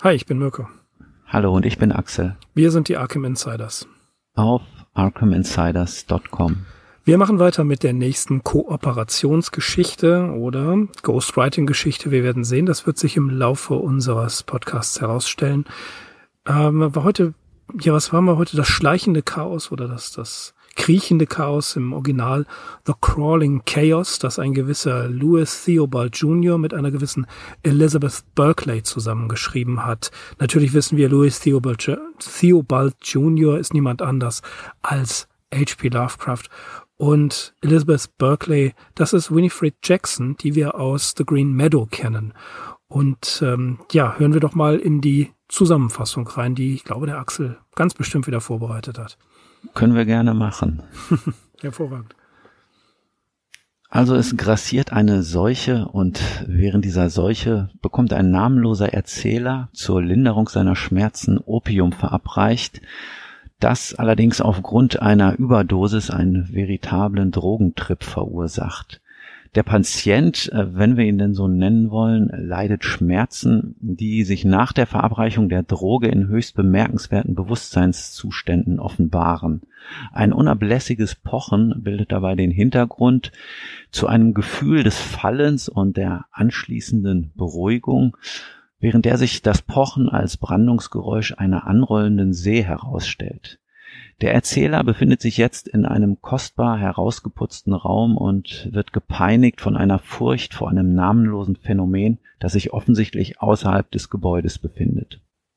Hi, ich bin Mirko. Hallo und ich bin Axel. Wir sind die Arkham Insiders. Auf arkhaminsiders.com. Wir machen weiter mit der nächsten Kooperationsgeschichte oder Ghostwriting-Geschichte. Wir werden sehen, das wird sich im Laufe unseres Podcasts herausstellen. Was waren wir heute? Das schleichende Chaos oder das kriechende Chaos im Original The Crawling Chaos, das ein gewisser Louis Theobald Jr. mit einer gewissen Elizabeth Berkley zusammengeschrieben hat. Natürlich wissen wir, Louis Theobald Jr. ist niemand anders als H.P. Lovecraft. Und Elizabeth Berkley, das ist Winifred Jackson, die wir aus The Green Meadow kennen. Und hören wir doch mal in die Zusammenfassung rein, die, ich glaube, der Axel ganz bestimmt wieder vorbereitet hat. Können wir gerne machen. Hervorragend. Also es grassiert eine Seuche und während dieser Seuche bekommt ein namenloser Erzähler zur Linderung seiner Schmerzen Opium verabreicht, das allerdings aufgrund einer Überdosis einen veritablen Drogentrip verursacht. Der Patient, wenn wir ihn denn so nennen wollen, leidet Schmerzen, die sich nach der Verabreichung der Droge in höchst bemerkenswerten Bewusstseinszuständen offenbaren. Ein unablässiges Pochen bildet dabei den Hintergrund zu einem Gefühl des Fallens und der anschließenden Beruhigung, während der sich das Pochen als Brandungsgeräusch einer anrollenden See herausstellt. Der Erzähler befindet sich jetzt in einem kostbar herausgeputzten Raum und wird gepeinigt von einer Furcht vor einem namenlosen Phänomen, das sich offensichtlich außerhalb des Gebäudes befindet.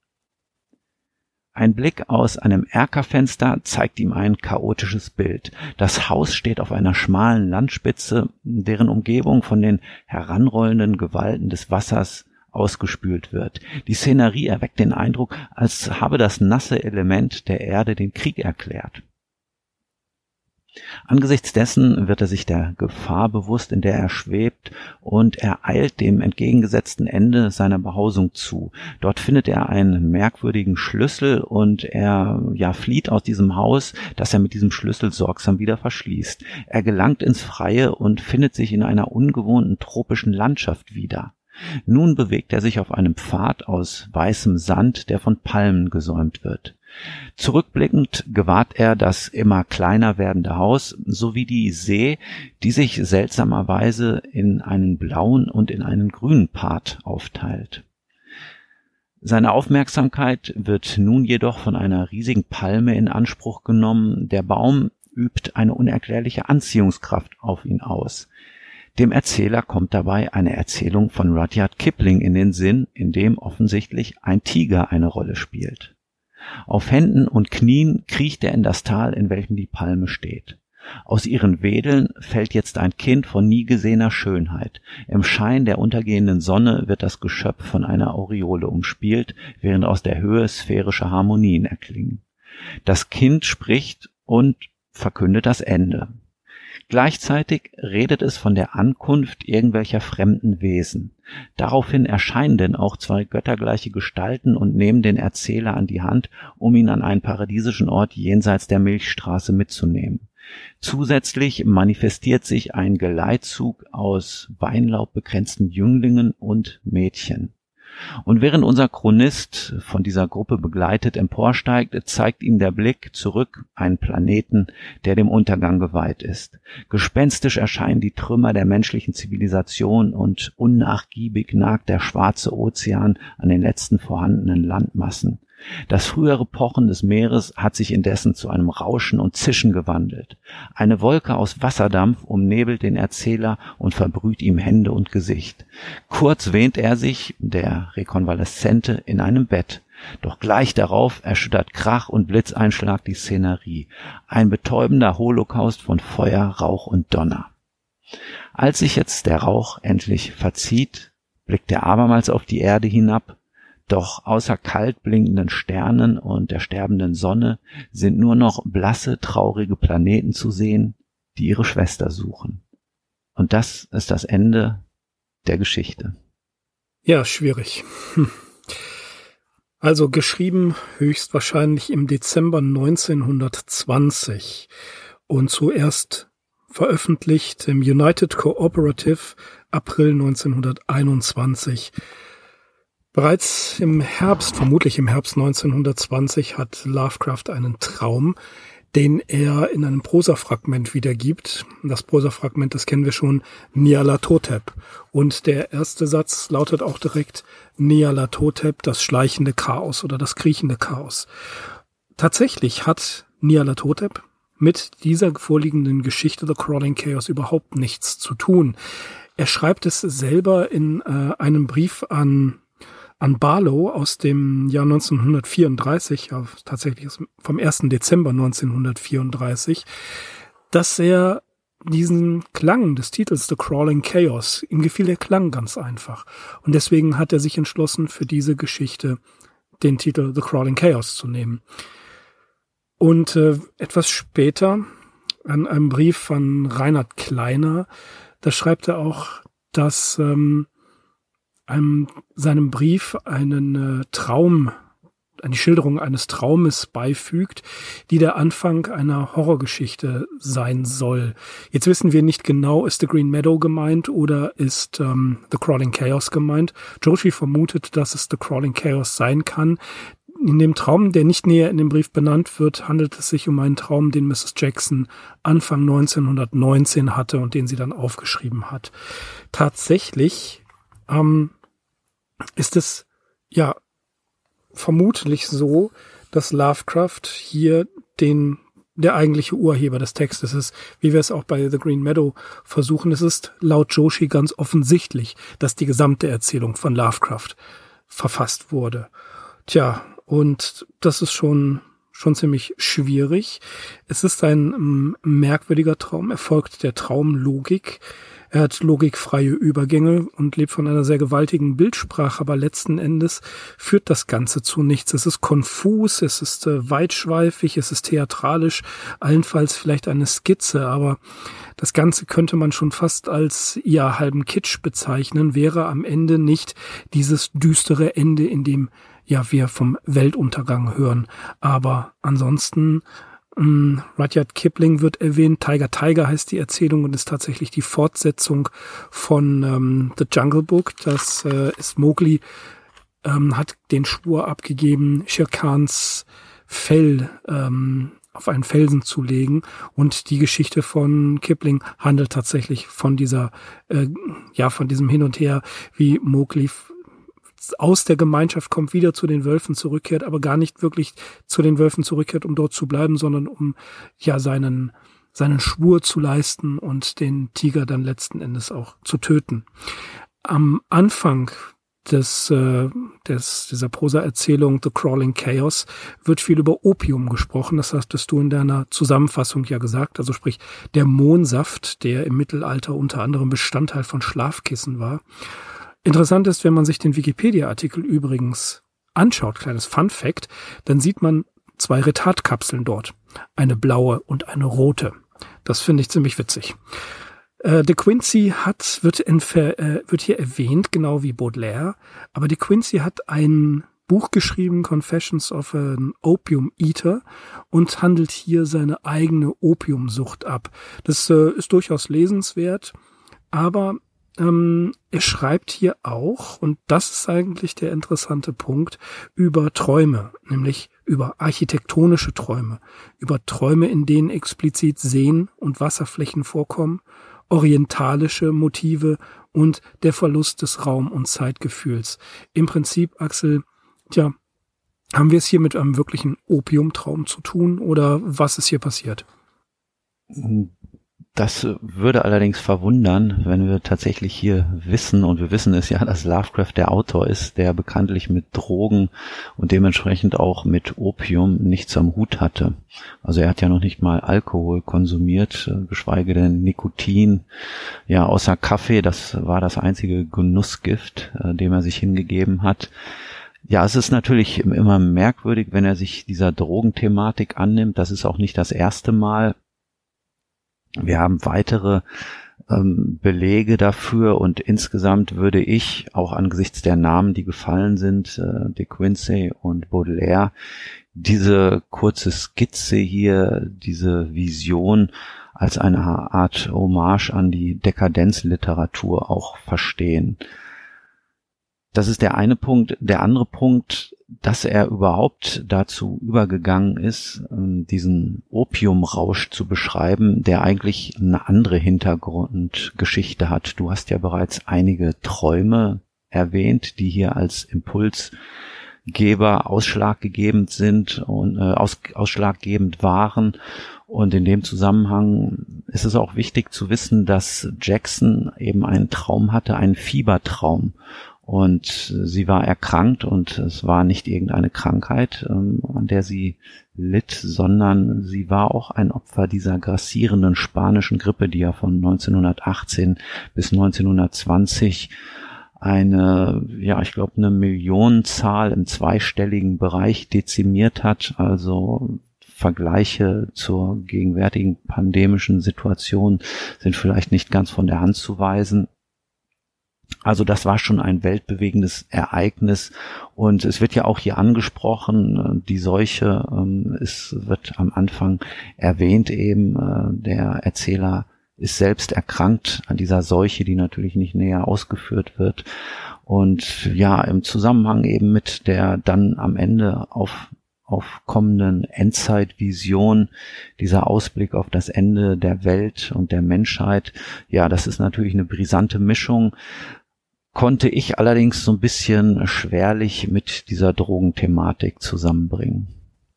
Ein Blick aus einem Erkerfenster zeigt ihm ein chaotisches Bild. Das Haus steht auf einer schmalen Landspitze, deren Umgebung von den heranrollenden Gewalten des Wassers ausgespült wird. Die Szenerie erweckt den Eindruck, als habe das nasse Element der Erde den Krieg erklärt. Angesichts dessen wird er sich der Gefahr bewusst, in der er schwebt, und er eilt dem entgegengesetzten Ende seiner Behausung zu. Dort findet er einen merkwürdigen Schlüssel und er flieht aus diesem Haus, das er mit diesem Schlüssel sorgsam wieder verschließt. Er gelangt ins Freie und findet sich in einer ungewohnten tropischen Landschaft wieder. Nun bewegt er sich auf einem Pfad aus weißem Sand, der von Palmen gesäumt wird. Zurückblickend gewahrt er das immer kleiner werdende Haus sowie die See, die sich seltsamerweise in einen blauen und in einen grünen Part aufteilt. Seine Aufmerksamkeit wird nun jedoch von einer riesigen Palme in Anspruch genommen. Der Baum übt eine unerklärliche Anziehungskraft auf ihn aus. Dem Erzähler kommt dabei eine Erzählung von Rudyard Kipling in den Sinn, in dem offensichtlich ein Tiger eine Rolle spielt. Auf Händen und Knien kriecht er in das Tal, in welchem die Palme steht. Aus ihren Wedeln fällt jetzt ein Kind von nie gesehener Schönheit. Im Schein der untergehenden Sonne wird das Geschöpf von einer Aureole umspielt, während aus der Höhe sphärische Harmonien erklingen. Das Kind spricht und verkündet das Ende. Gleichzeitig redet es von der Ankunft irgendwelcher fremden Wesen. Daraufhin erscheinen denn auch zwei göttergleiche Gestalten und nehmen den Erzähler an die Hand, um ihn an einen paradiesischen Ort jenseits der Milchstraße mitzunehmen. Zusätzlich manifestiert sich ein Geleitzug aus weinlaubbekränzten Jünglingen und Mädchen. Und während unser Chronist von dieser Gruppe begleitet emporsteigt, zeigt ihm der Blick zurück einen Planeten, der dem Untergang geweiht ist. Gespenstisch erscheinen die Trümmer der menschlichen Zivilisation und unnachgiebig nagt der schwarze Ozean an den letzten vorhandenen Landmassen. Das frühere Pochen des Meeres hat sich indessen zu einem Rauschen und Zischen gewandelt. Eine Wolke aus Wasserdampf umnebelt den Erzähler und verbrüht ihm Hände und Gesicht. Kurz wähnt er sich, der Rekonvaleszente, in einem Bett. Doch gleich darauf erschüttert Krach und Blitzeinschlag die Szenerie. Ein betäubender Holocaust von Feuer, Rauch und Donner. Als sich jetzt der Rauch endlich verzieht, blickt er abermals auf die Erde hinab. Doch außer kalt blinkenden Sternen und der sterbenden Sonne sind nur noch blasse, traurige Planeten zu sehen, die ihre Schwester suchen. Und das ist das Ende der Geschichte. Ja, schwierig. Also geschrieben höchstwahrscheinlich im Dezember 1920 und zuerst veröffentlicht im United Cooperative April 1921. Bereits im Herbst, vermutlich im Herbst 1920, hat Lovecraft einen Traum, den er in einem Prosafragment wiedergibt. Das Prosafragment, das kennen wir schon, Nyarlathotep. Und der erste Satz lautet auch direkt Nyarlathotep, das schleichende Chaos oder das kriechende Chaos. Tatsächlich hat Nyarlathotep mit dieser vorliegenden Geschichte The Crawling Chaos überhaupt nichts zu tun. Er schreibt es selber in einem Brief an Barlow aus dem Jahr 1934, ja, tatsächlich vom 1. Dezember 1934, dass er diesen Klang des Titels The Crawling Chaos, ihm gefiel der Klang ganz einfach. Und deswegen hat er sich entschlossen, für diese Geschichte den Titel The Crawling Chaos zu nehmen. Und etwas später, an einem Brief von Reinhard Kleiner, da schreibt er auch, dass seinem Brief eine Schilderung eines Traumes beifügt, die der Anfang einer Horrorgeschichte sein soll. Jetzt wissen wir nicht genau, ist The Green Meadow gemeint oder ist The Crawling Chaos gemeint. Joshi vermutet, dass es The Crawling Chaos sein kann. In dem Traum, der nicht näher in dem Brief benannt wird, handelt es sich um einen Traum, den Mrs. Jackson Anfang 1919 hatte und den sie dann aufgeschrieben hat. Tatsächlich ist es ja vermutlich so, dass Lovecraft hier der eigentliche Urheber des Textes ist, wie wir es auch bei The Green Meadow versuchen. Es ist laut Joshi ganz offensichtlich, dass die gesamte Erzählung von Lovecraft verfasst wurde. Tja, und das ist schon ziemlich schwierig. Es ist ein merkwürdiger Traum. Er folgt der Traumlogik. Er hat logikfreie Übergänge und lebt von einer sehr gewaltigen Bildsprache, aber letzten Endes führt das Ganze zu nichts. Es ist konfus, es ist weitschweifig, es ist theatralisch, allenfalls vielleicht eine Skizze, aber das Ganze könnte man schon fast als halben Kitsch bezeichnen, wäre am Ende nicht dieses düstere Ende, in dem wir vom Weltuntergang hören. Aber ansonsten, Rudyard Kipling wird erwähnt, Tiger Tiger heißt die Erzählung und ist tatsächlich die Fortsetzung von The Jungle Book. Das ist Mowgli, hat den Schwur abgegeben, Shere Khans Fell auf einen Felsen zu legen, und die Geschichte von Kipling handelt tatsächlich von von diesem Hin und Her, wie Mowgli aus der Gemeinschaft kommt, wieder zu den Wölfen zurückkehrt, aber gar nicht wirklich zu den Wölfen zurückkehrt, um dort zu bleiben, sondern um seinen Schwur zu leisten und den Tiger dann letzten Endes auch zu töten. Am Anfang dieser Prosa-Erzählung The Crawling Chaos wird viel über Opium gesprochen. Das hattest du in deiner Zusammenfassung ja gesagt. Also sprich, der Mohnsaft, der im Mittelalter unter anderem Bestandteil von Schlafkissen war. Interessant ist, wenn man sich den Wikipedia-Artikel übrigens anschaut, kleines Fun-Fact, dann sieht man 2 Retardkapseln dort. Eine blaue und eine rote. Das finde ich ziemlich witzig. De Quincey wird hier erwähnt, genau wie Baudelaire, aber De Quincey hat ein Buch geschrieben, Confessions of an Opium Eater, und handelt hier seine eigene Opiumsucht ab. Das ist durchaus lesenswert, aber er schreibt hier auch, und das ist eigentlich der interessante Punkt, über Träume, nämlich über architektonische Träume, über Träume, in denen explizit Seen und Wasserflächen vorkommen, orientalische Motive und der Verlust des Raum- und Zeitgefühls. Im Prinzip, Axel, haben wir es hier mit einem wirklichen Opiumtraum zu tun, oder was ist hier passiert? Das würde allerdings verwundern, wenn wir tatsächlich hier wissen, und wir wissen es ja, dass Lovecraft der Autor ist, der bekanntlich mit Drogen und dementsprechend auch mit Opium nichts am Hut hatte. Also er hat ja noch nicht mal Alkohol konsumiert, geschweige denn Nikotin. Ja, außer Kaffee, das war das einzige Genussgift, dem er sich hingegeben hat. Ja, es ist natürlich immer merkwürdig, wenn er sich dieser Drogenthematik annimmt. Das ist auch nicht das erste Mal. Wir haben weitere Belege dafür, und insgesamt würde ich, auch angesichts der Namen, die gefallen sind, De Quincey und Baudelaire, diese kurze Skizze hier, diese Vision als eine Art Hommage an die Dekadenzliteratur auch verstehen. Das ist der eine Punkt. Der andere Punkt, dass er überhaupt dazu übergegangen ist, diesen Opiumrausch zu beschreiben, der eigentlich eine andere Hintergrundgeschichte hat. Du hast ja bereits einige Träume erwähnt, die hier als Impulsgeber ausschlaggebend sind und ausschlaggebend waren. Und in dem Zusammenhang ist es auch wichtig zu wissen, dass Jackson eben einen Traum hatte, einen Fiebertraum. Und sie war erkrankt und es war nicht irgendeine Krankheit, an der sie litt, sondern sie war auch ein Opfer dieser grassierenden spanischen Grippe, die ja von 1918 bis 1920 eine Millionenzahl im zweistelligen Bereich dezimiert hat, also Vergleiche zur gegenwärtigen pandemischen Situation sind vielleicht nicht ganz von der Hand zu weisen. Also das war schon ein weltbewegendes Ereignis und es wird ja auch hier angesprochen, die Seuche, es wird am Anfang erwähnt eben, der Erzähler ist selbst erkrankt an dieser Seuche, die natürlich nicht näher ausgeführt wird und ja, im Zusammenhang eben mit der dann am Ende aufkommenden Endzeitvision, dieser Ausblick auf das Ende der Welt und der Menschheit, ja, das ist natürlich eine brisante Mischung, konnte ich allerdings so ein bisschen schwerlich mit dieser Drogenthematik zusammenbringen.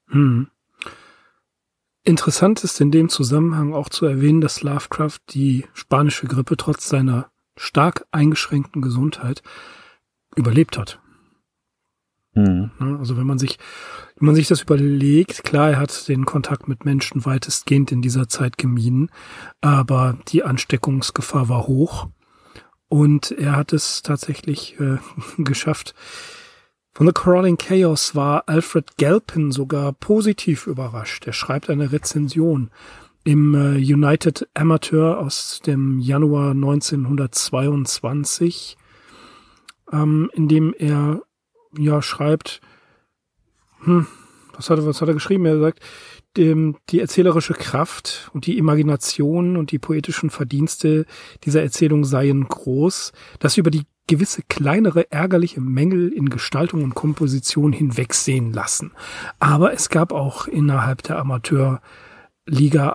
Interessant ist in dem Zusammenhang auch zu erwähnen, dass Lovecraft die spanische Grippe trotz seiner stark eingeschränkten Gesundheit überlebt hat. Also wenn man sich das überlegt, klar, er hat den Kontakt mit Menschen weitestgehend in dieser Zeit gemieden, aber die Ansteckungsgefahr war hoch und er hat es tatsächlich geschafft. Von The Crawling Chaos war Alfred Galpin sogar positiv überrascht. Er schreibt eine Rezension im United Amateur aus dem Januar 1922, in dem er schreibt, was hat er geschrieben? Er sagt, die erzählerische Kraft und die Imagination und die poetischen Verdienste dieser Erzählung seien groß, dass über die gewisse kleinere ärgerliche Mängel in Gestaltung und Komposition hinwegsehen lassen. Aber es gab auch innerhalb der Amateurliga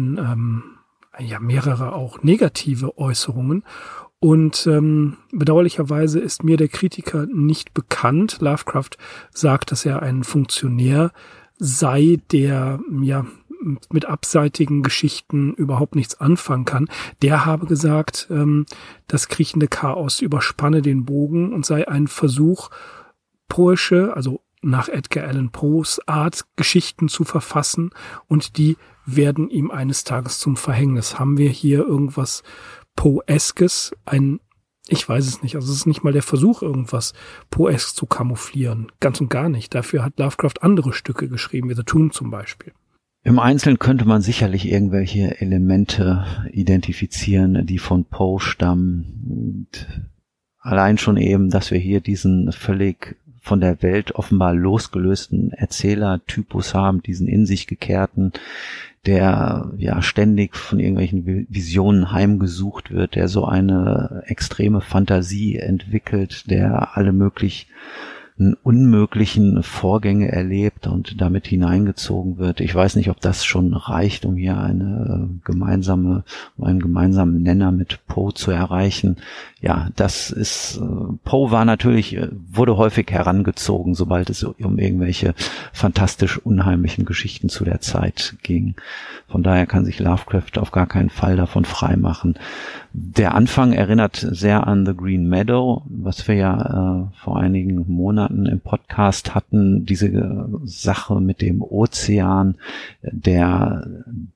mehrere auch negative Äußerungen. Und bedauerlicherweise ist mir der Kritiker nicht bekannt. Lovecraft sagt, dass er ein Funktionär sei, der mit abseitigen Geschichten überhaupt nichts anfangen kann. Der habe gesagt, das kriechende Chaos überspanne den Bogen und sei ein Versuch, poische, also nach Edgar Allan Poes Art, Geschichten zu verfassen und die werden ihm eines Tages zum Verhängnis. Haben wir hier irgendwas Poeskes, ich weiß es nicht, also es ist nicht mal der Versuch, irgendwas Poesk zu kamouflieren, ganz und gar nicht. Dafür hat Lovecraft andere Stücke geschrieben, wie The Tomb zum Beispiel. Im Einzelnen könnte man sicherlich irgendwelche Elemente identifizieren, die von Poe stammen. Und allein schon eben, dass wir hier diesen völlig von der Welt offenbar losgelösten Erzählertypus haben, diesen in sich gekehrten, der ständig von irgendwelchen Visionen heimgesucht wird, der so eine extreme Fantasie entwickelt, der alle möglichen unmöglichen Vorgänge erlebt und damit hineingezogen wird. Ich weiß nicht, ob das schon reicht, um hier einen gemeinsamen Nenner mit Poe zu erreichen. Ja, das ist, Poe wurde häufig herangezogen, sobald es um irgendwelche fantastisch unheimlichen Geschichten zu der Zeit ging. Von daher kann sich Lovecraft auf gar keinen Fall davon freimachen. Der Anfang erinnert sehr an The Green Meadow, was wir ja vor einigen Monaten im Podcast hatten, diese Sache mit dem Ozean, der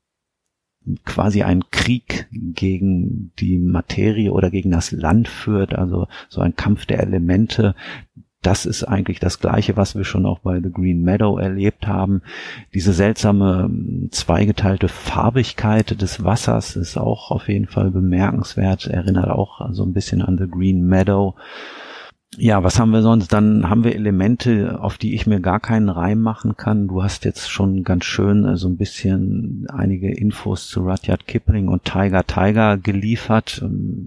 quasi einen Krieg gegen die Materie oder gegen das Land führt, also so ein Kampf der Elemente. Das ist eigentlich das Gleiche, was wir schon auch bei The Green Meadow erlebt haben. Diese seltsame zweigeteilte Farbigkeit des Wassers ist auch auf jeden Fall bemerkenswert, erinnert auch so ein bisschen an The Green Meadow. Ja, was haben wir sonst? Dann haben wir Elemente, auf die ich mir gar keinen Reim machen kann. Du hast jetzt schon ganz schön so ein bisschen einige Infos zu Rudyard Kipling und Tiger geliefert.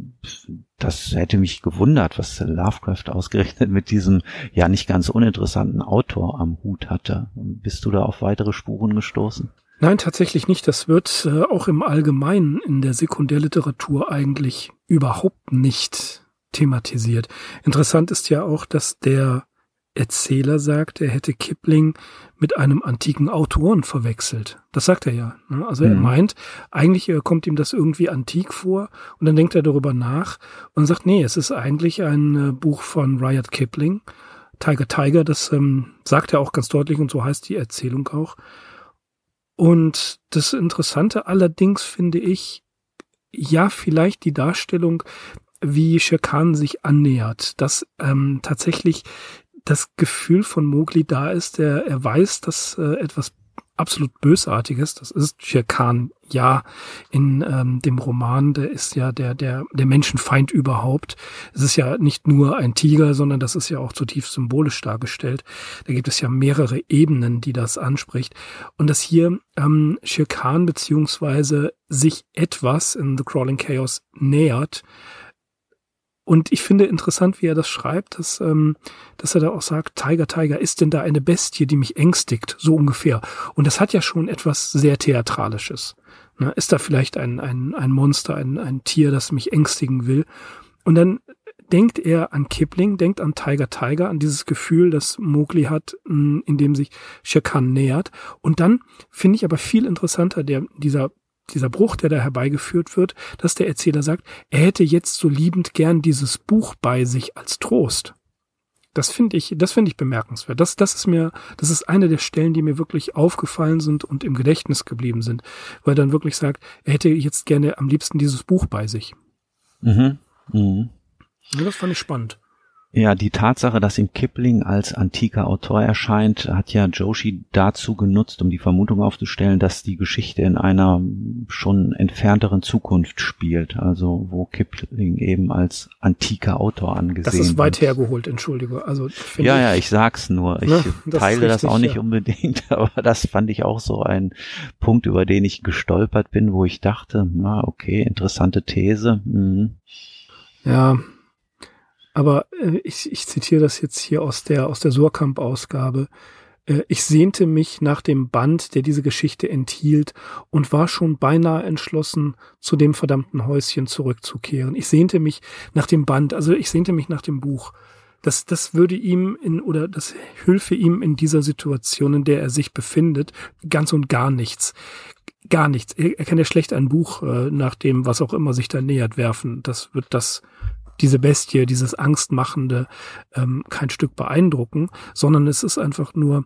Das hätte mich gewundert, was Lovecraft ausgerechnet mit diesem ja nicht ganz uninteressanten Autor am Hut hatte. Bist du da auf weitere Spuren gestoßen? Nein, tatsächlich nicht. Das wird auch im Allgemeinen in der Sekundärliteratur eigentlich überhaupt nicht thematisiert. Interessant ist ja auch, dass der Erzähler sagt, er hätte Kipling mit einem antiken Autoren verwechselt. Das sagt er ja. Ne? Also er meint, eigentlich kommt ihm das irgendwie antik vor und dann denkt er darüber nach und sagt, nee, es ist eigentlich ein Buch von Rudyard Kipling, Tiger, das sagt er auch ganz deutlich und so heißt die Erzählung auch. Und das Interessante allerdings finde ich, ja, vielleicht die Darstellung, wie Shere Khan sich annähert, dass tatsächlich das Gefühl von Mowgli da ist, er weiß, dass etwas absolut Bösartiges, das ist Shere Khan, ja, in dem Roman, der ist ja der Menschenfeind überhaupt. Es ist ja nicht nur ein Tiger, sondern das ist ja auch zutiefst symbolisch dargestellt. Da gibt es ja mehrere Ebenen, die das anspricht. Und dass hier Shere Khan beziehungsweise sich etwas in The Crawling Chaos nähert. Und ich finde interessant, wie er das schreibt, dass er da auch sagt, Tiger, ist denn da eine Bestie, die mich ängstigt? So ungefähr. Und das hat ja schon etwas sehr Theatralisches. Na, ist da vielleicht ein Monster, ein Tier, das mich ängstigen will? Und dann denkt er an Kipling, denkt an Tiger, an dieses Gefühl, das Mowgli hat, in dem sich Shere Khan nähert. Und dann finde ich aber viel interessanter, dieser Bruch, der da herbeigeführt wird, dass der Erzähler sagt, er hätte jetzt so liebend gern dieses Buch bei sich als Trost. Das finde ich bemerkenswert. Das ist eine der Stellen, die mir wirklich aufgefallen sind und im Gedächtnis geblieben sind, weil er dann wirklich sagt, er hätte jetzt gerne am liebsten dieses Buch bei sich. Mhm. Mhm. Ja, das fand ich spannend. Ja, die Tatsache, dass ihm Kipling als antiker Autor erscheint, hat ja Joshi dazu genutzt, um die Vermutung aufzustellen, dass die Geschichte in einer schon entfernteren Zukunft spielt, also wo Kipling eben als antiker Autor angesehen wird. Das ist weit hergeholt, entschuldige. Also ich sag's nur. Ich teile das auch nicht unbedingt, aber das fand ich auch so ein Punkt, über den ich gestolpert bin, wo ich dachte, na okay, interessante These. Mhm. Ja. Aber ich zitiere das jetzt hier aus der Suhrkamp-Ausgabe. Ich sehnte mich nach dem Band, der diese Geschichte enthielt, und war schon beinahe entschlossen, zu dem verdammten Häuschen zurückzukehren. Ich sehnte mich nach dem Band, also ich sehnte mich nach dem Buch. Das würde ihm das hülfe ihm in dieser Situation, in der er sich befindet, ganz und gar nichts. Gar nichts. Er kann ja schlecht ein Buch nach dem, was auch immer sich da nähert, werfen. Diese Bestie, dieses Angstmachende, kein Stück beeindrucken, sondern es ist einfach nur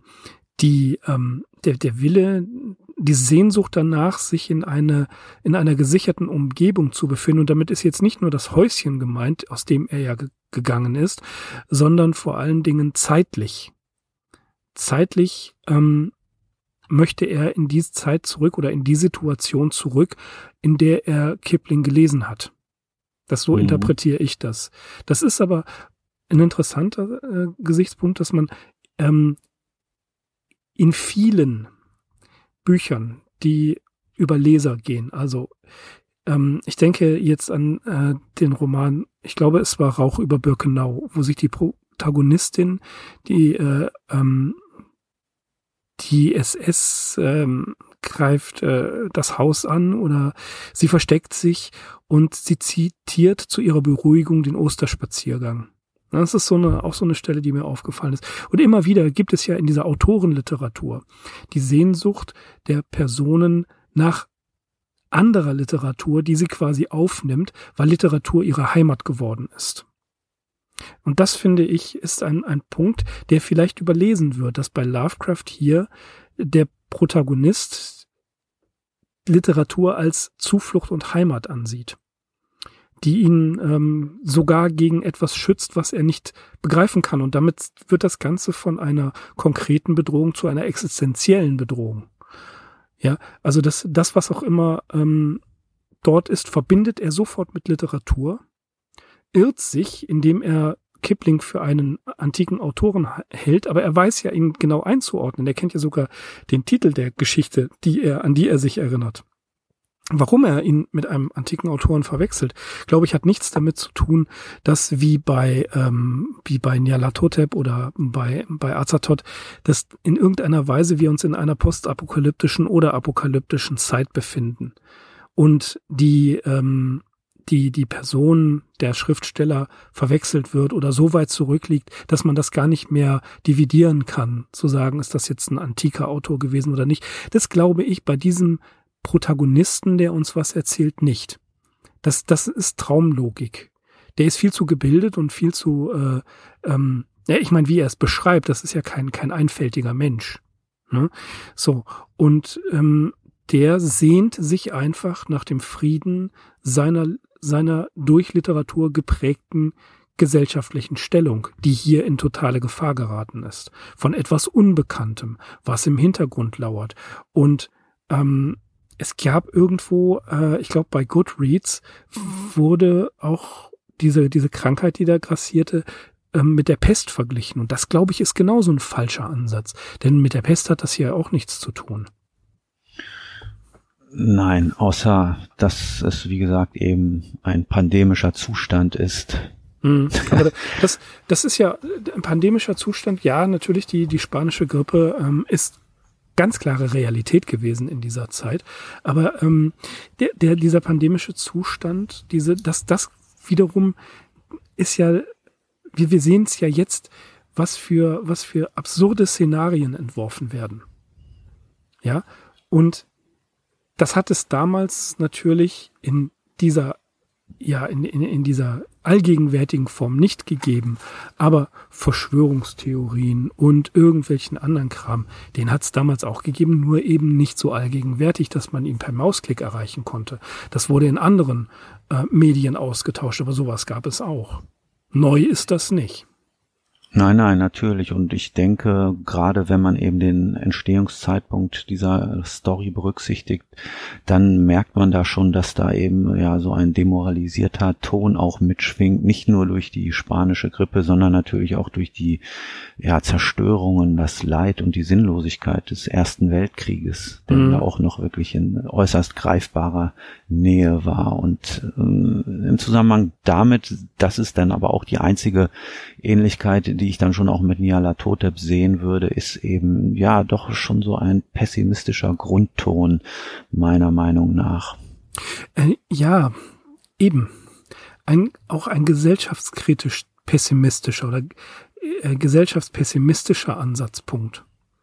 der Wille, die Sehnsucht danach, sich in einer gesicherten Umgebung zu befinden. Und damit ist jetzt nicht nur das Häuschen gemeint, aus dem er ja gegangen ist, sondern vor allen Dingen zeitlich. Zeitlich möchte er in diese Zeit zurück oder in die Situation zurück, in der er Kipling gelesen hat. So interpretiere ich das. Das ist aber ein interessanter Gesichtspunkt, dass man in vielen Büchern, die über Leser gehen, also ich denke jetzt an den Roman, ich glaube es war Rauch über Birkenau, wo sich die Protagonistin, die SS greift das Haus an oder sie versteckt sich und sie zitiert zu ihrer Beruhigung den Osterspaziergang. Das ist auch so eine Stelle, die mir aufgefallen ist. Und immer wieder gibt es ja in dieser Autorenliteratur die Sehnsucht der Personen nach anderer Literatur, die sie quasi aufnimmt, weil Literatur ihre Heimat geworden ist. Und das, finde ich, ist ein Punkt, der vielleicht überlesen wird, dass bei Lovecraft hier der Protagonist Literatur als Zuflucht und Heimat ansieht, die ihn sogar gegen etwas schützt, was er nicht begreifen kann. Und damit wird das Ganze von einer konkreten Bedrohung zu einer existenziellen Bedrohung. Ja, also das was auch immer dort ist, verbindet er sofort mit Literatur, irrt sich, indem er Kipling für einen antiken Autoren hält, aber er weiß ja, ihn genau einzuordnen. Er kennt ja sogar den Titel der Geschichte, an die er sich erinnert. Warum er ihn mit einem antiken Autoren verwechselt, glaube ich, hat nichts damit zu tun, dass wie bei Nyarlathotep oder bei Azathoth, dass in irgendeiner Weise wir uns in einer postapokalyptischen oder apokalyptischen Zeit befinden und die Person, der Schriftsteller, verwechselt wird oder so weit zurückliegt, dass man das gar nicht mehr dividieren kann, zu sagen, ist das jetzt ein antiker Autor gewesen oder nicht. Das glaube ich bei diesem Protagonisten, der uns was erzählt, nicht. Das ist Traumlogik. Der ist viel zu gebildet und viel zu, ich meine, wie er es beschreibt, das ist ja kein einfältiger Mensch. Ne? So, und der sehnt sich einfach nach dem Frieden seiner durch Literatur geprägten gesellschaftlichen Stellung, die hier in totale Gefahr geraten ist. Von etwas Unbekanntem, was im Hintergrund lauert. Und es gab irgendwo, ich glaube bei Goodreads, wurde auch diese Krankheit, die da grassierte, mit der Pest verglichen. Und das, glaube ich, ist genauso ein falscher Ansatz. Denn mit der Pest hat das hier auch nichts zu tun. Nein, außer dass es, wie gesagt, eben ein pandemischer Zustand ist. Aber das ist ja ein pandemischer Zustand. Ja, natürlich, die spanische Grippe ist ganz klare Realität gewesen in dieser Zeit. Aber dieser pandemische Zustand, das wiederum ist ja, wir sehen es ja jetzt, was für absurde Szenarien entworfen werden. Ja, und das hat es damals natürlich in dieser allgegenwärtigen Form nicht gegeben. Aber Verschwörungstheorien und irgendwelchen anderen Kram, den hat es damals auch gegeben, nur eben nicht so allgegenwärtig, dass man ihn per Mausklick erreichen konnte. Das wurde in anderen Medien ausgetauscht, aber sowas gab es auch. Neu ist das nicht. Nein, natürlich. Und ich denke, gerade wenn man eben den Entstehungszeitpunkt dieser Story berücksichtigt, dann merkt man da schon, dass da eben ja so ein demoralisierter Ton auch mitschwingt, nicht nur durch die spanische Grippe, sondern natürlich auch durch die Zerstörungen, das Leid und die Sinnlosigkeit des Ersten Weltkrieges, der da auch noch wirklich in äußerst greifbarer Nähe war. Und im Zusammenhang damit, das ist dann aber auch die einzige Ähnlichkeit, die ich dann schon auch mit Nyarlathotep sehen würde, ist eben ja doch schon so ein pessimistischer Grundton meiner Meinung nach. Ja, eben. Auch ein gesellschaftskritisch pessimistischer oder gesellschaftspessimistischer Ansatzpunkt.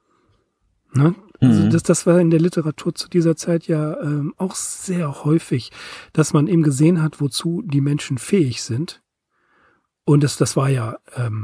Ne? Also das war in der Literatur zu dieser Zeit ja auch sehr häufig, dass man eben gesehen hat, wozu die Menschen fähig sind. Und das war ja,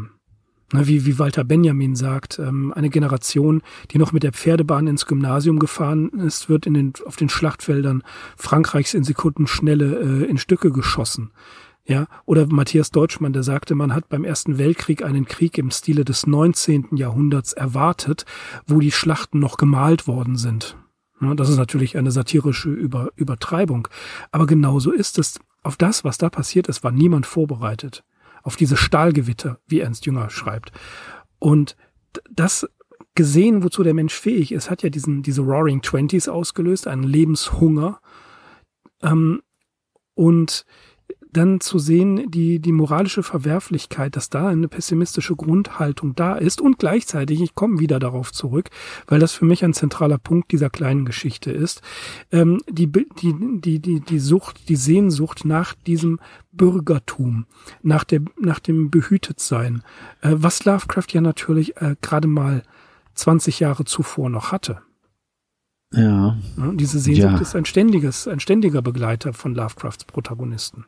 wie Walter Benjamin sagt, eine Generation, die noch mit der Pferdebahn ins Gymnasium gefahren ist, wird auf den Schlachtfeldern Frankreichs in Sekundenschnelle in Stücke geschossen. Ja, oder Matthias Deutschmann, der sagte, man hat beim Ersten Weltkrieg einen Krieg im Stile des 19. Jahrhunderts erwartet, wo die Schlachten noch gemalt worden sind. Ja, das ist natürlich eine satirische Übertreibung. Aber genauso ist es. Auf das, was da passiert ist, war niemand vorbereitet. Auf diese Stahlgewitter, wie Ernst Jünger schreibt. Und das gesehen, wozu der Mensch fähig ist, hat ja diese Roaring Twenties ausgelöst, einen Lebenshunger. Und dann zu sehen, die moralische Verwerflichkeit, dass da eine pessimistische Grundhaltung da ist und gleichzeitig, ich komme wieder darauf zurück, weil das für mich ein zentraler Punkt dieser kleinen Geschichte ist, die Sucht, die Sehnsucht nach diesem Bürgertum, nach dem Behütetsein, was Lovecraft ja natürlich gerade mal 20 Jahre zuvor noch hatte. Ja. Diese Sehnsucht ist ein ständiger Begleiter von Lovecrafts Protagonisten.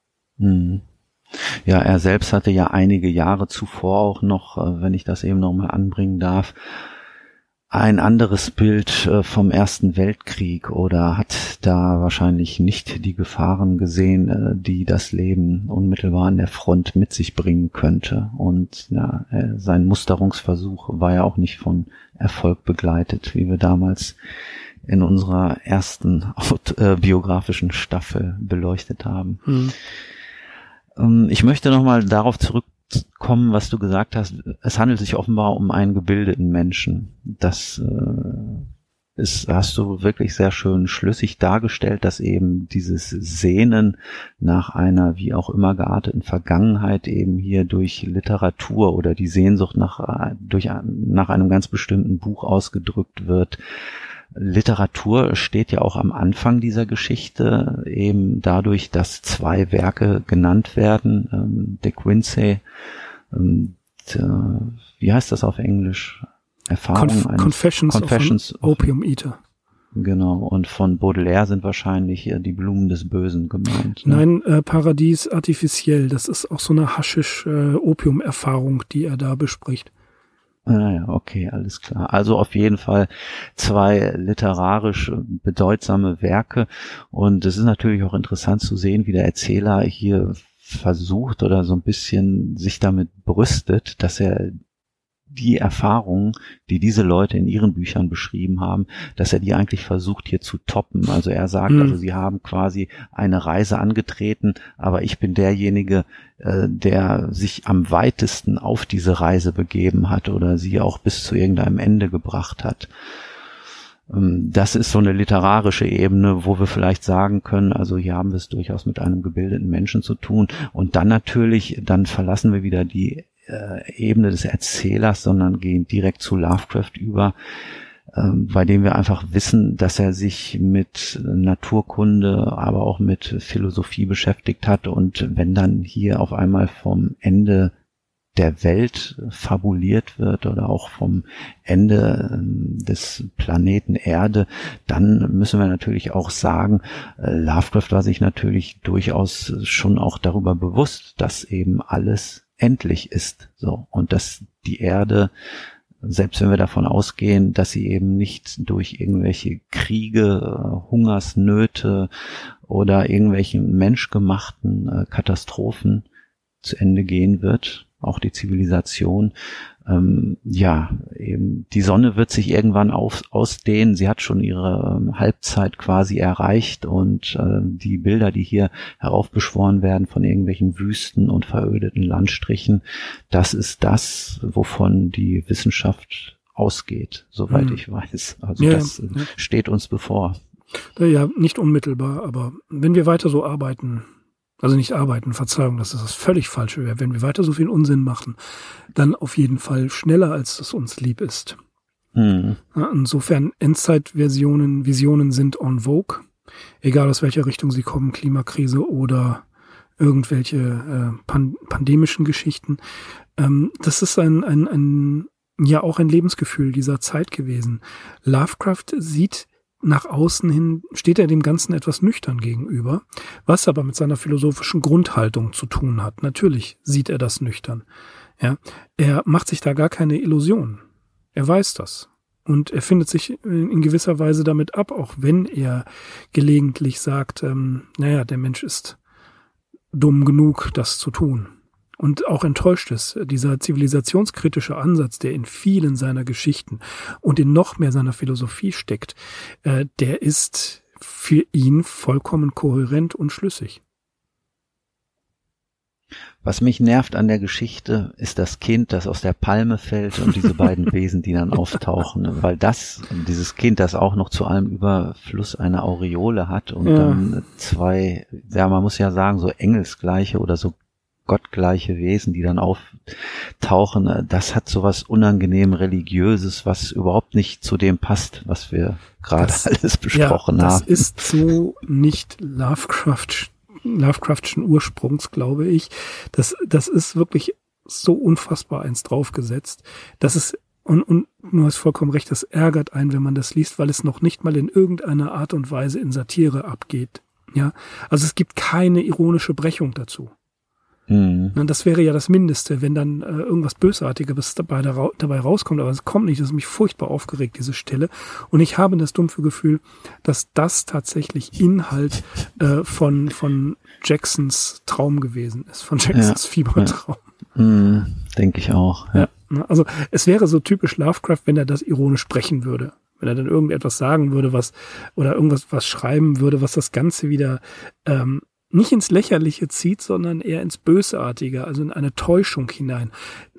Ja, er selbst hatte ja einige Jahre zuvor auch noch, wenn ich das eben nochmal anbringen darf, ein anderes Bild vom Ersten Weltkrieg oder hat da wahrscheinlich nicht die Gefahren gesehen, die das Leben unmittelbar an der Front mit sich bringen könnte. Und ja, sein Musterungsversuch war ja auch nicht von Erfolg begleitet, wie wir damals in unserer ersten biografischen Staffel beleuchtet haben. Ich möchte nochmal darauf zurückkommen, kommen, was du gesagt hast. Es handelt sich offenbar um einen gebildeten Menschen. Das hast du wirklich sehr schön schlüssig dargestellt, dass eben dieses Sehnen nach einer wie auch immer gearteten Vergangenheit eben hier durch Literatur oder die Sehnsucht nach einem ganz bestimmten Buch ausgedrückt wird. Literatur steht ja auch am Anfang dieser Geschichte, eben dadurch, dass 2 Werke genannt werden, De Quincey, wie heißt das auf Englisch? Confessions of Opium Eater. Genau, und von Baudelaire sind wahrscheinlich die Blumen des Bösen gemeint. Ne? Nein, Paradies artificiell, das ist auch so eine Haschisch-Opium-Erfahrung, die er da bespricht. Ja, okay, alles klar. Also auf jeden Fall 2 literarisch bedeutsame Werke, und es ist natürlich auch interessant zu sehen, wie der Erzähler hier versucht oder so ein bisschen sich damit brüstet, dass er die Erfahrungen, die diese Leute in ihren Büchern beschrieben haben, dass er die eigentlich versucht hier zu toppen. Also er sagt, also sie haben quasi eine Reise angetreten, aber ich bin derjenige, der sich am weitesten auf diese Reise begeben hat oder sie auch bis zu irgendeinem Ende gebracht hat. Das ist so eine literarische Ebene, wo wir vielleicht sagen können, also hier haben wir es durchaus mit einem gebildeten Menschen zu tun. Und dann natürlich, dann verlassen wir wieder die Ebene des Erzählers, sondern gehen direkt zu Lovecraft über, bei dem wir einfach wissen, dass er sich mit Naturkunde, aber auch mit Philosophie beschäftigt hat. Und wenn dann hier auf einmal vom Ende der Welt fabuliert wird oder auch vom Ende des Planeten Erde, dann müssen wir natürlich auch sagen, Lovecraft war sich natürlich durchaus schon auch darüber bewusst, dass eben alles endlich ist, so, und dass die Erde, selbst wenn wir davon ausgehen, dass sie eben nicht durch irgendwelche Kriege, Hungersnöte oder irgendwelchen menschgemachten Katastrophen zu Ende gehen wird, auch die Zivilisation, eben die Sonne wird sich irgendwann ausdehnen. Sie hat schon ihre Halbzeit quasi erreicht, und die Bilder, die hier heraufbeschworen werden von irgendwelchen Wüsten und verödeten Landstrichen, das ist das, wovon die Wissenschaft ausgeht, soweit ich weiß. Also das steht uns bevor. Ja, nicht unmittelbar, aber wenn wir weiter so arbeiten, also nicht arbeiten, Verzeihung, das ist das völlig Falsche. Wenn wir weiter so viel Unsinn machen, dann auf jeden Fall schneller, als es uns lieb ist. Ja, insofern Visionen sind en vogue, egal aus welcher Richtung sie kommen, Klimakrise oder irgendwelche pandemischen Geschichten. Das ist auch ein Lebensgefühl dieser Zeit gewesen. Lovecraft sieht nach außen hin, steht er dem Ganzen etwas nüchtern gegenüber, was aber mit seiner philosophischen Grundhaltung zu tun hat. Natürlich sieht er das nüchtern. Ja, er macht sich da gar keine Illusionen. Er weiß das. Und er findet sich in gewisser Weise damit ab, auch wenn er gelegentlich sagt, der Mensch ist dumm genug, das zu tun. Und auch enttäuscht ist, dieser zivilisationskritische Ansatz, der in vielen seiner Geschichten und in noch mehr seiner Philosophie steckt, der ist für ihn vollkommen kohärent und schlüssig. Was mich nervt an der Geschichte, ist das Kind, das aus der Palme fällt, und diese beiden Wesen, die dann auftauchen. Weil dieses Kind, das auch noch zu allem Überfluss eine Aureole hat und dann 2, man muss ja sagen, so engelsgleiche oder so gottgleiche Wesen, die dann auftauchen, das hat so was unangenehm Religiöses, was überhaupt nicht zu dem passt, was wir gerade alles besprochen haben. Das ist so nicht Lovecraftschen Ursprungs, glaube ich. Das ist wirklich so unfassbar eins draufgesetzt. Das ist, und du hast vollkommen recht, das ärgert einen, wenn man das liest, weil es noch nicht mal in irgendeiner Art und Weise in Satire abgeht. Ja, also es gibt keine ironische Brechung dazu. Das wäre ja das Mindeste, wenn dann irgendwas Bösartiges dabei rauskommt, aber es kommt nicht. Das ist mich furchtbar aufgeregt, diese Stelle. Und ich habe das dumpfe Gefühl, dass das tatsächlich Inhalt von Jacksons Traum gewesen ist, von Jacksons Fiebertraum. Denke ich auch. Ja. Also es wäre so typisch Lovecraft, wenn er das ironisch sprechen würde. Wenn er dann irgendetwas sagen würde, oder irgendwas schreiben würde, was das Ganze wieder nicht ins Lächerliche zieht, sondern eher ins Bösartige, also in eine Täuschung hinein.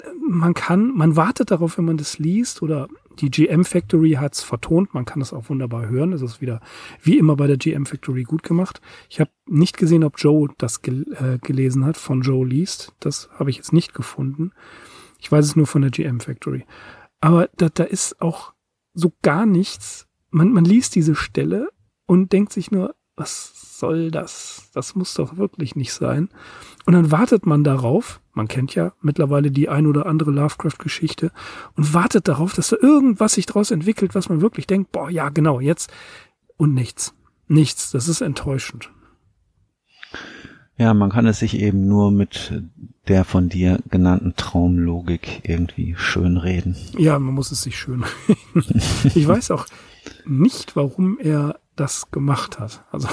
Man wartet darauf, wenn man das liest, oder die GM Factory hat's vertont, man kann das auch wunderbar hören, das ist wieder wie immer bei der GM Factory gut gemacht. Ich habe nicht gesehen, ob Joe das gelesen hat, von Joe liest, das habe ich jetzt nicht gefunden. Ich weiß es nur von der GM Factory. Aber da ist auch so gar nichts, man liest diese Stelle und denkt sich nur, was soll das? Das muss doch wirklich nicht sein. Und dann wartet man darauf, man kennt ja mittlerweile die ein oder andere Lovecraft-Geschichte, und wartet darauf, dass da irgendwas sich daraus entwickelt, was man wirklich denkt, boah, ja genau, jetzt. Und nichts. Nichts. Das ist enttäuschend. Ja, man kann es sich eben nur mit der von dir genannten Traumlogik irgendwie schönreden. Ja, man muss es sich schönreden. Ich weiß auch nicht, warum er das gemacht hat. Also,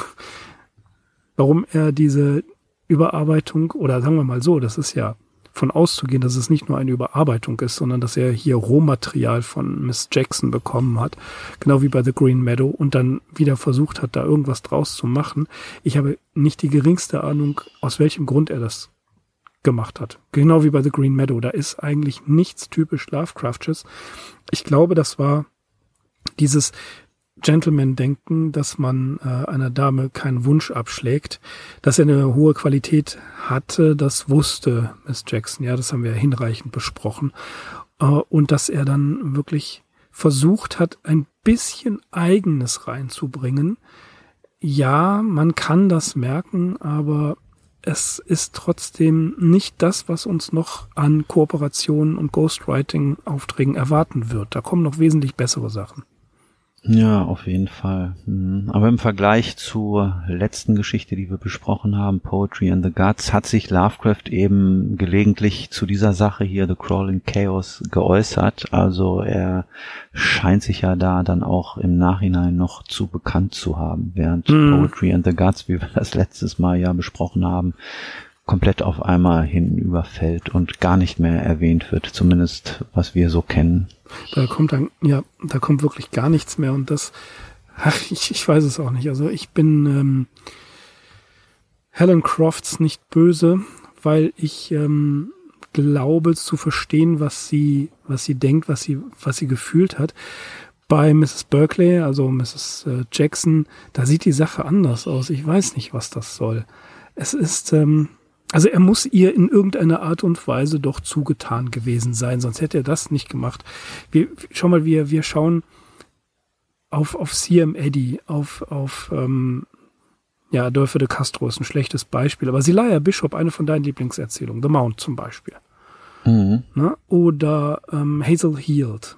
warum er diese Überarbeitung, oder sagen wir mal so, das ist ja von auszugehen, dass es nicht nur eine Überarbeitung ist, sondern dass er hier Rohmaterial von Miss Jackson bekommen hat, genau wie bei The Green Meadow, und dann wieder versucht hat, da irgendwas draus zu machen. Ich habe nicht die geringste Ahnung, aus welchem Grund er das gemacht hat. Genau wie bei The Green Meadow. Da ist eigentlich nichts typisch Lovecraftsches. Ich glaube, das war dieses Gentleman-Denken, dass man einer Dame keinen Wunsch abschlägt. Dass er eine hohe Qualität hatte, das wusste Miss Jackson. Ja, das haben wir hinreichend besprochen. Und dass er dann wirklich versucht hat, ein bisschen Eigenes reinzubringen. Ja, man kann das merken, aber es ist trotzdem nicht das, was uns noch an Kooperationen und Ghostwriting-Aufträgen erwarten wird. Da kommen noch wesentlich bessere Sachen. Ja, auf jeden Fall. Aber im Vergleich zur letzten Geschichte, die wir besprochen haben, Poetry and the Gods, hat sich Lovecraft eben gelegentlich zu dieser Sache hier, The Crawling Chaos, geäußert. Also er scheint sich ja da dann auch im Nachhinein noch zu bekannt zu haben, während Poetry and the Gods, wie wir das letztes Mal ja besprochen haben, komplett auf einmal hinüberfällt und gar nicht mehr erwähnt wird, zumindest was wir so kennen. Da kommt wirklich gar nichts mehr, und das, ich weiß es auch nicht. Also ich bin Helen Crofts nicht böse, weil ich glaube zu verstehen, was sie denkt, was sie gefühlt hat. Bei Mrs. Berkeley, also Mrs. Jackson, da sieht die Sache anders aus. Ich weiß nicht, was das soll. Es ist also er muss ihr in irgendeiner Art und Weise doch zugetan gewesen sein, sonst hätte er das nicht gemacht. Wir schauen auf C.M. Eddy, auf Adolfo de Castro ist ein schlechtes Beispiel, aber Zelaya Bishop, eine von deinen Lieblingserzählungen, The Mount zum Beispiel. Na? Oder Hazel Heald.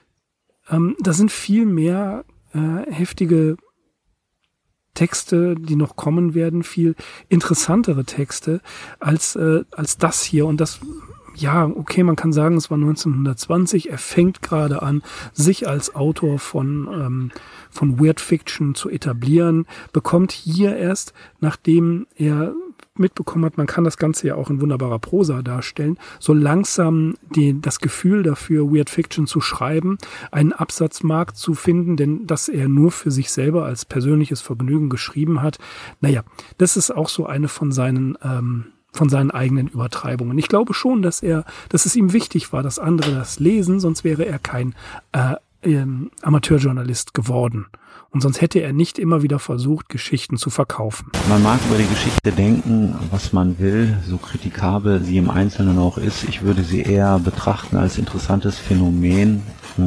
Da sind viel mehr heftige Texte, die noch kommen werden, viel interessantere Texte als das hier. Und das, ja, okay, man kann sagen, es war 1920. Er fängt gerade an, sich als Autor von Weird Fiction zu etablieren, bekommt hier erst, nachdem er mitbekommen hat, man kann das Ganze ja auch in wunderbarer Prosa darstellen, so langsam das Gefühl dafür, Weird Fiction zu schreiben, einen Absatzmarkt zu finden, denn dass er nur für sich selber als persönliches Vergnügen geschrieben hat, naja, das ist auch so eine von seinen eigenen Übertreibungen. Ich glaube schon, dass es ihm wichtig war, dass andere das lesen, sonst wäre er kein Amateurjournalist geworden. Und sonst hätte er nicht immer wieder versucht, Geschichten zu verkaufen. Man mag über die Geschichte denken, was man will, so kritikabel sie im Einzelnen auch ist. Ich würde sie eher betrachten als interessantes Phänomen,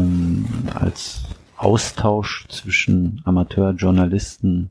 als Austausch zwischen Amateurjournalistinnen,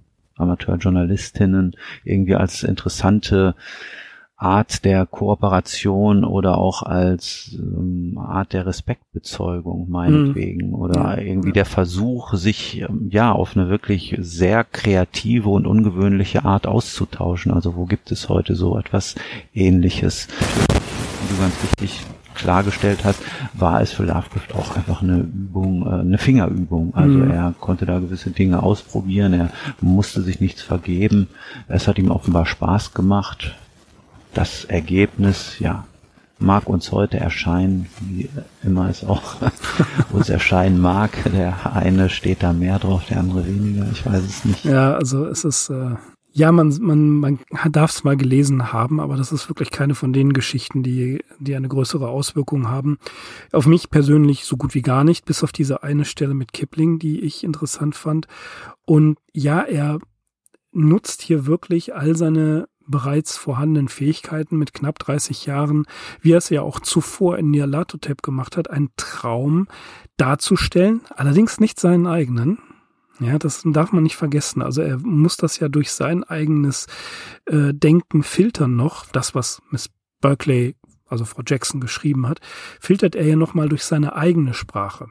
irgendwie als interessante Art der Kooperation oder auch als Art der Respektbezeugung meinetwegen oder irgendwie der Versuch, sich auf eine wirklich sehr kreative und ungewöhnliche Art auszutauschen. Also wo gibt es heute so etwas Ähnliches? Wie du ganz richtig klargestellt hast, war es für Lovecraft auch einfach eine Übung, eine Fingerübung. Also er konnte da gewisse Dinge ausprobieren, er musste sich nichts vergeben. Es hat ihm offenbar Spaß gemacht. Das Ergebnis, mag uns heute erscheinen, wie immer es auch uns erscheinen mag. Der eine steht da mehr drauf, der andere weniger. Ich weiß es nicht. Ja, also es ist, Ja, man darf es mal gelesen haben, aber das ist wirklich keine von den Geschichten, die eine größere Auswirkung haben. Auf mich persönlich so gut wie gar nicht, bis auf diese eine Stelle mit Kipling, die ich interessant fand. Und ja, er nutzt hier wirklich all seine bereits vorhandenen Fähigkeiten mit knapp 30 Jahren, wie er es ja auch zuvor in Nyarlathotep gemacht hat, einen Traum darzustellen, allerdings nicht seinen eigenen. Ja, das darf man nicht vergessen. Also er muss das ja durch sein eigenes Denken filtern noch. Das, was Miss Berkeley, also Frau Jackson, geschrieben hat, filtert er ja nochmal durch seine eigene Sprache.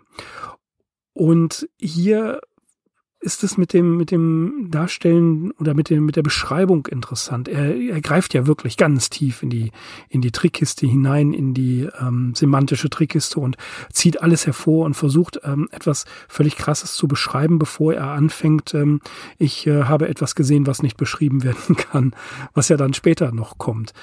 Und hier ist es mit dem Darstellen oder mit der Beschreibung interessant. Er greift ja wirklich ganz tief in die Trickkiste hinein, in die semantische Trickkiste und zieht alles hervor und versucht etwas völlig Krasses zu beschreiben, bevor er anfängt, ich habe etwas gesehen, was nicht beschrieben werden kann, was ja dann später noch kommt.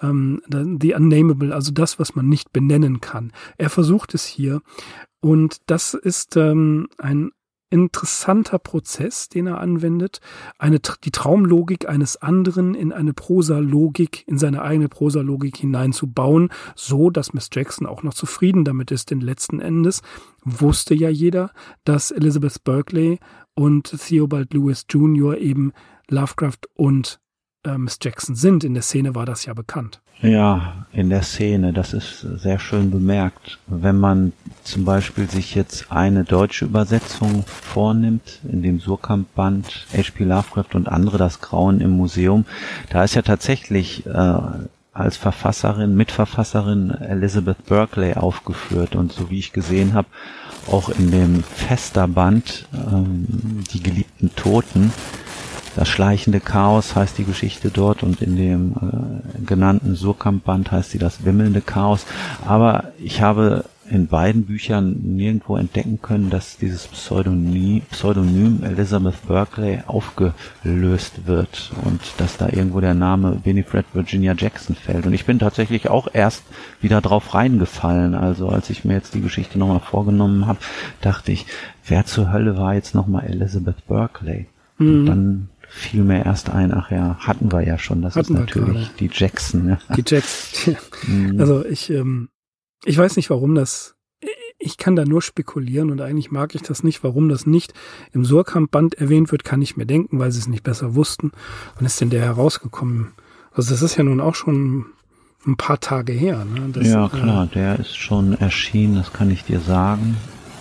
The Unnamable, also das, was man nicht benennen kann. Er versucht es hier und das ist ein interessanter Prozess, den er anwendet, die Traumlogik eines anderen in eine Prosalogik, in seine eigene Prosalogik hineinzubauen, so dass Miss Jackson auch noch zufrieden damit ist, denn letzten Endes wusste ja jeder, dass Elizabeth Berkeley und Theobald Lewis Jr. eben Lovecraft und Miss Jackson sind. In der Szene war das ja bekannt. Ja, in der Szene, das ist sehr schön bemerkt. Wenn man zum Beispiel sich jetzt eine deutsche Übersetzung vornimmt, in dem Suhrkamp-Band H.P. Lovecraft und andere, das Grauen im Museum, da ist ja tatsächlich als Mitverfasserin Elizabeth Berkeley aufgeführt und so wie ich gesehen habe, auch in dem Fester-Band Die geliebten Toten. Das schleichende Chaos heißt die Geschichte dort und in dem genannten Suhrkamp-Band heißt sie das wimmelnde Chaos. Aber ich habe in beiden Büchern nirgendwo entdecken können, dass dieses Pseudonym Elizabeth Berkeley aufgelöst wird und dass da irgendwo der Name Winifred Virginia Jackson fällt. Und ich bin tatsächlich auch erst wieder drauf reingefallen. Also als ich mir jetzt die Geschichte nochmal vorgenommen habe, dachte ich, wer zur Hölle war jetzt nochmal Elizabeth Berkeley? Und dann fiel mir erst ein, ach ja, hatten wir ja schon, das ist natürlich die Jackson. Ja. Die Jackson. Also ich weiß nicht, warum ich kann da nur spekulieren und eigentlich mag ich das nicht, warum das nicht im Suhrkamp-Band erwähnt wird, kann ich mir denken, weil sie es nicht besser wussten. Wann ist denn der herausgekommen? Also das ist ja nun auch schon ein paar Tage her. Ne? Ja, klar, der ist schon erschienen, das kann ich dir sagen.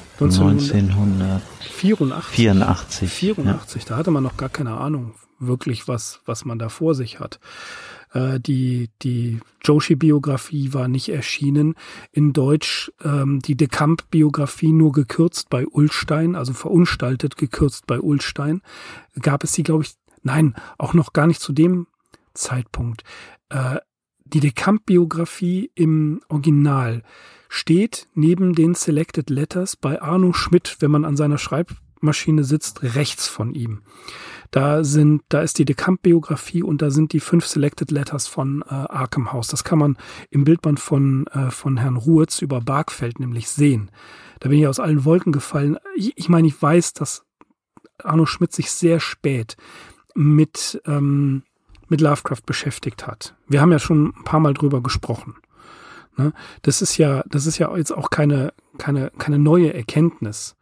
1984. Ja. Da hatte man noch gar keine Ahnung wirklich, was man da vor sich hat. Die Joshi-Biografie war nicht erschienen. In Deutsch die De Camp-Biografie nur gekürzt bei Ullstein, also verunstaltet gekürzt bei Ullstein. Gab es die, glaube ich, nein, auch noch gar nicht zu dem Zeitpunkt. Die De Camp-Biografie im Original steht neben den Selected Letters bei Arno Schmidt, wenn man an seiner Schreibmaschine sitzt, rechts von ihm. Da ist die De Camp-Biografie und da sind die 5 Selected Letters von Arkham House. Das kann man im Bildband von Herrn Ruetz über Bargfeld nämlich sehen. Da bin ich aus allen Wolken gefallen. Ich meine, ich weiß, dass Arno Schmidt sich sehr spät mit Lovecraft beschäftigt hat. Wir haben ja schon ein paar Mal drüber gesprochen. Ne? Das ist ja jetzt auch keine neue Erkenntnis.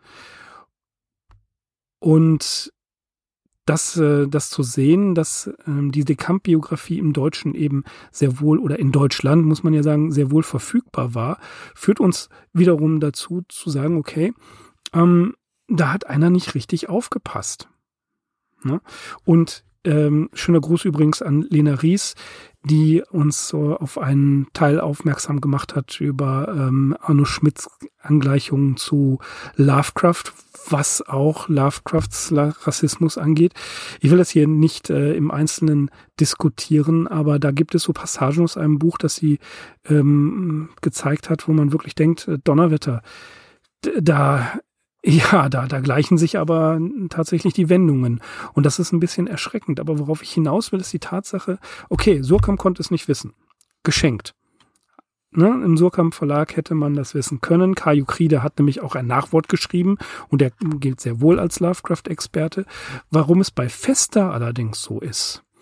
Und das zu sehen, dass die De Camp-Biografie im Deutschen eben sehr wohl, oder in Deutschland, muss man ja sagen, sehr wohl verfügbar war, führt uns wiederum dazu zu sagen, okay, da hat einer nicht richtig aufgepasst. Ne? Und schöner Gruß übrigens an Lena Ries, die uns so auf einen Teil aufmerksam gemacht hat über Arno Schmidts Angleichungen zu Lovecraft, was auch Lovecrafts Rassismus angeht. Ich will das hier nicht im Einzelnen diskutieren, aber da gibt es so Passagen aus einem Buch, das sie gezeigt hat, wo man wirklich denkt, Donnerwetter, da gleichen sich aber tatsächlich die Wendungen. Und das ist ein bisschen erschreckend. Aber worauf ich hinaus will, ist die Tatsache, okay, Suhrkamp konnte es nicht wissen. Geschenkt. Ne? Im Suhrkamp Verlag hätte man das wissen können. Kaju Kriede hat nämlich auch ein Nachwort geschrieben und der gilt sehr wohl als Lovecraft-Experte. Warum es bei Fester allerdings so ist,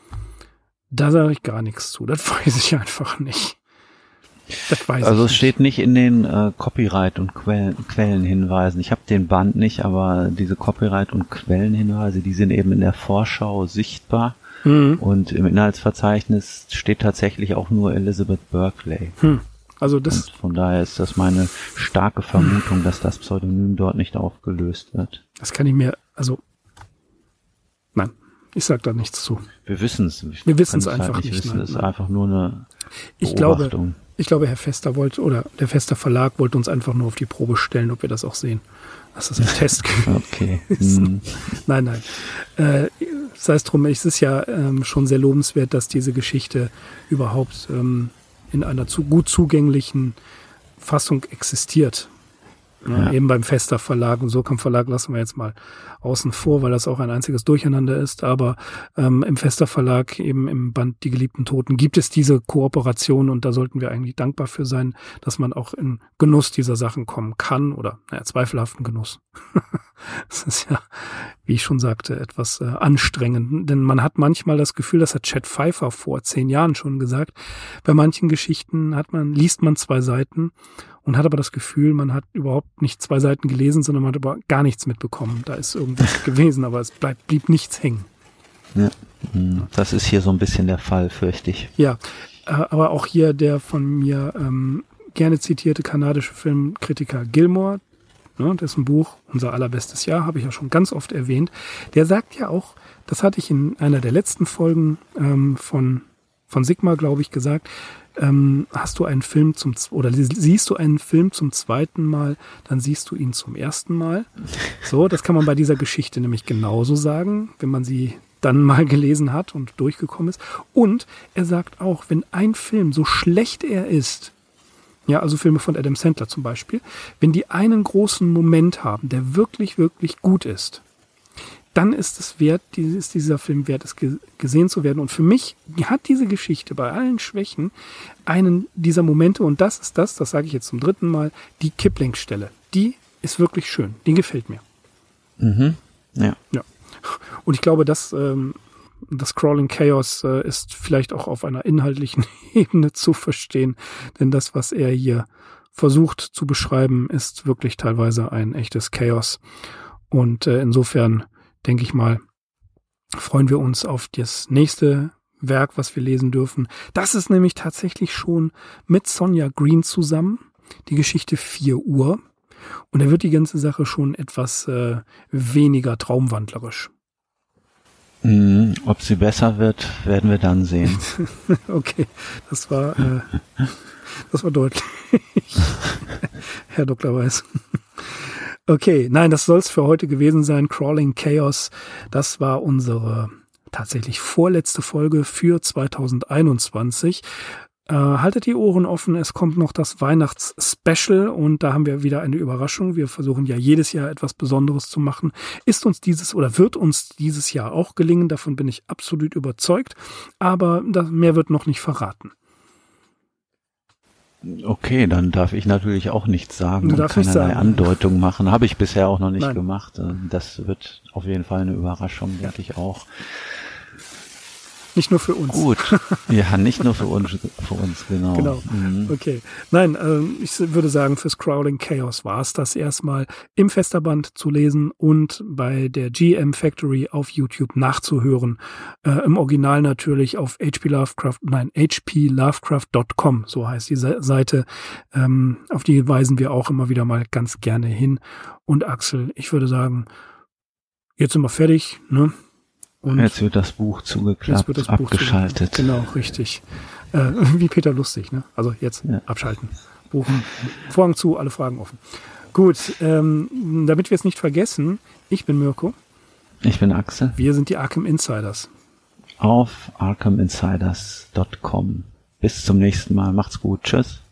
Da sage ich gar nichts zu. Das weiß ich einfach nicht. Also es steht nicht in den Copyright- und Quellenhinweisen. Ich habe den Band nicht, aber diese Copyright- und Quellenhinweise, die sind eben in der Vorschau sichtbar. Und im Inhaltsverzeichnis steht tatsächlich auch nur Elizabeth Berkley. Also das. Und von daher ist das meine starke Vermutung, dass das Pseudonym dort nicht aufgelöst wird. Das kann ich mir, nein, ich sag da nichts zu. Wir wissen es. Wir wissen es einfach nicht. Wir wissen es einfach nur eine Ich Beobachtung. glaube, Herr Fester der Fester Verlag wollte uns einfach nur auf die Probe stellen, ob wir das auch sehen. Dass das ein Test Okay. ist. Nein. Sei es drum, es ist ja schon sehr lobenswert, dass diese Geschichte überhaupt in einer gut zugänglichen Fassung existiert. Ja. Eben beim Fester Verlag und Surkamp Verlag lassen wir jetzt mal außen vor, weil das auch ein einziges Durcheinander ist. Aber im Fester Verlag, eben im Band Die geliebten Toten, gibt es diese Kooperation und da sollten wir eigentlich dankbar für sein, dass man auch in Genuss dieser Sachen kommen kann oder zweifelhaften Genuss. Das ist ja, wie ich schon sagte, etwas anstrengend. Denn man hat manchmal das Gefühl, das hat Chet Pfeiffer vor 10 Jahren schon gesagt, bei manchen Geschichten liest man 2 Seiten und hat aber das Gefühl, man hat überhaupt nicht 2 Seiten gelesen, sondern man hat aber gar nichts mitbekommen. Da ist irgendwas gewesen, aber es blieb nichts hängen. Ja, das ist hier so ein bisschen der Fall, fürchte ich. Ja, aber auch hier der von mir gerne zitierte kanadische Filmkritiker Gilmore, dessen Buch Unser allerbestes Jahr, habe ich ja schon ganz oft erwähnt, der sagt ja auch, das hatte ich in einer der letzten Folgen von Sigma, glaube ich, gesagt, hast du einen Film siehst du einen Film zum 2. Mal, dann siehst du ihn zum 1. Mal. So, das kann man bei dieser Geschichte nämlich genauso sagen, wenn man sie dann mal gelesen hat und durchgekommen ist. Und er sagt auch, wenn ein Film, so schlecht er ist, ja, also Filme von Adam Sandler zum Beispiel, wenn die einen großen Moment haben, der wirklich, wirklich gut ist, dann ist es wert, ist dieser Film wert, es gesehen zu werden. Und für mich hat diese Geschichte bei allen Schwächen einen dieser Momente, und das ist das sage ich jetzt zum 3. Mal, die Kipling-Stelle. Die ist wirklich schön. Die gefällt mir. Ja. Und ich glaube, dass das Crawling Chaos ist vielleicht auch auf einer inhaltlichen Ebene zu verstehen, denn das, was er hier versucht zu beschreiben, ist wirklich teilweise ein echtes Chaos. Und insofern denke ich mal, freuen wir uns auf das nächste Werk, was wir lesen dürfen. Das ist nämlich tatsächlich schon mit Sonja Green zusammen, die Geschichte 4 Uhr. Und da wird die ganze Sache schon etwas weniger traumwandlerisch. Ob sie besser wird, werden wir dann sehen. Okay, das war deutlich, Herr Dr. Weiß. Okay, nein, das soll es für heute gewesen sein. Crawling Chaos, das war unsere tatsächlich vorletzte Folge für 2021. Haltet die Ohren offen, es kommt noch das Weihnachts-Special und da haben wir wieder eine Überraschung. Wir versuchen ja jedes Jahr etwas Besonderes zu machen. Wird uns dieses Jahr auch gelingen, davon bin ich absolut überzeugt, aber mehr wird noch nicht verraten. Okay, dann darf ich natürlich auch nichts sagen und keinerlei Andeutung machen. Habe ich bisher auch noch nicht gemacht. Das wird auf jeden Fall eine Überraschung, denke ich auch. Nicht nur für uns. Gut. Ja, nicht nur für uns, genau. Genau. Okay. Nein, ich würde sagen, fürs Crawling Chaos war es das erstmal im Festerband zu lesen und bei der GM Factory auf YouTube nachzuhören. Im Original natürlich auf hplovecraft.com, so heißt die Seite. Auf die weisen wir auch immer wieder mal ganz gerne hin. Und Axel, ich würde sagen, jetzt sind wir fertig, ne? Und jetzt wird das Buch zugeklappt, abgeschaltet. Genau, richtig. Wie Peter Lustig, ne? Also jetzt abschalten. Buchen, Vorhang zu, alle Fragen offen. Gut, damit wir es nicht vergessen, ich bin Mirko. Ich bin Axel. Wir sind die Arkham Insiders. Auf arkhaminsiders.com. Bis zum nächsten Mal. Macht's gut. Tschüss.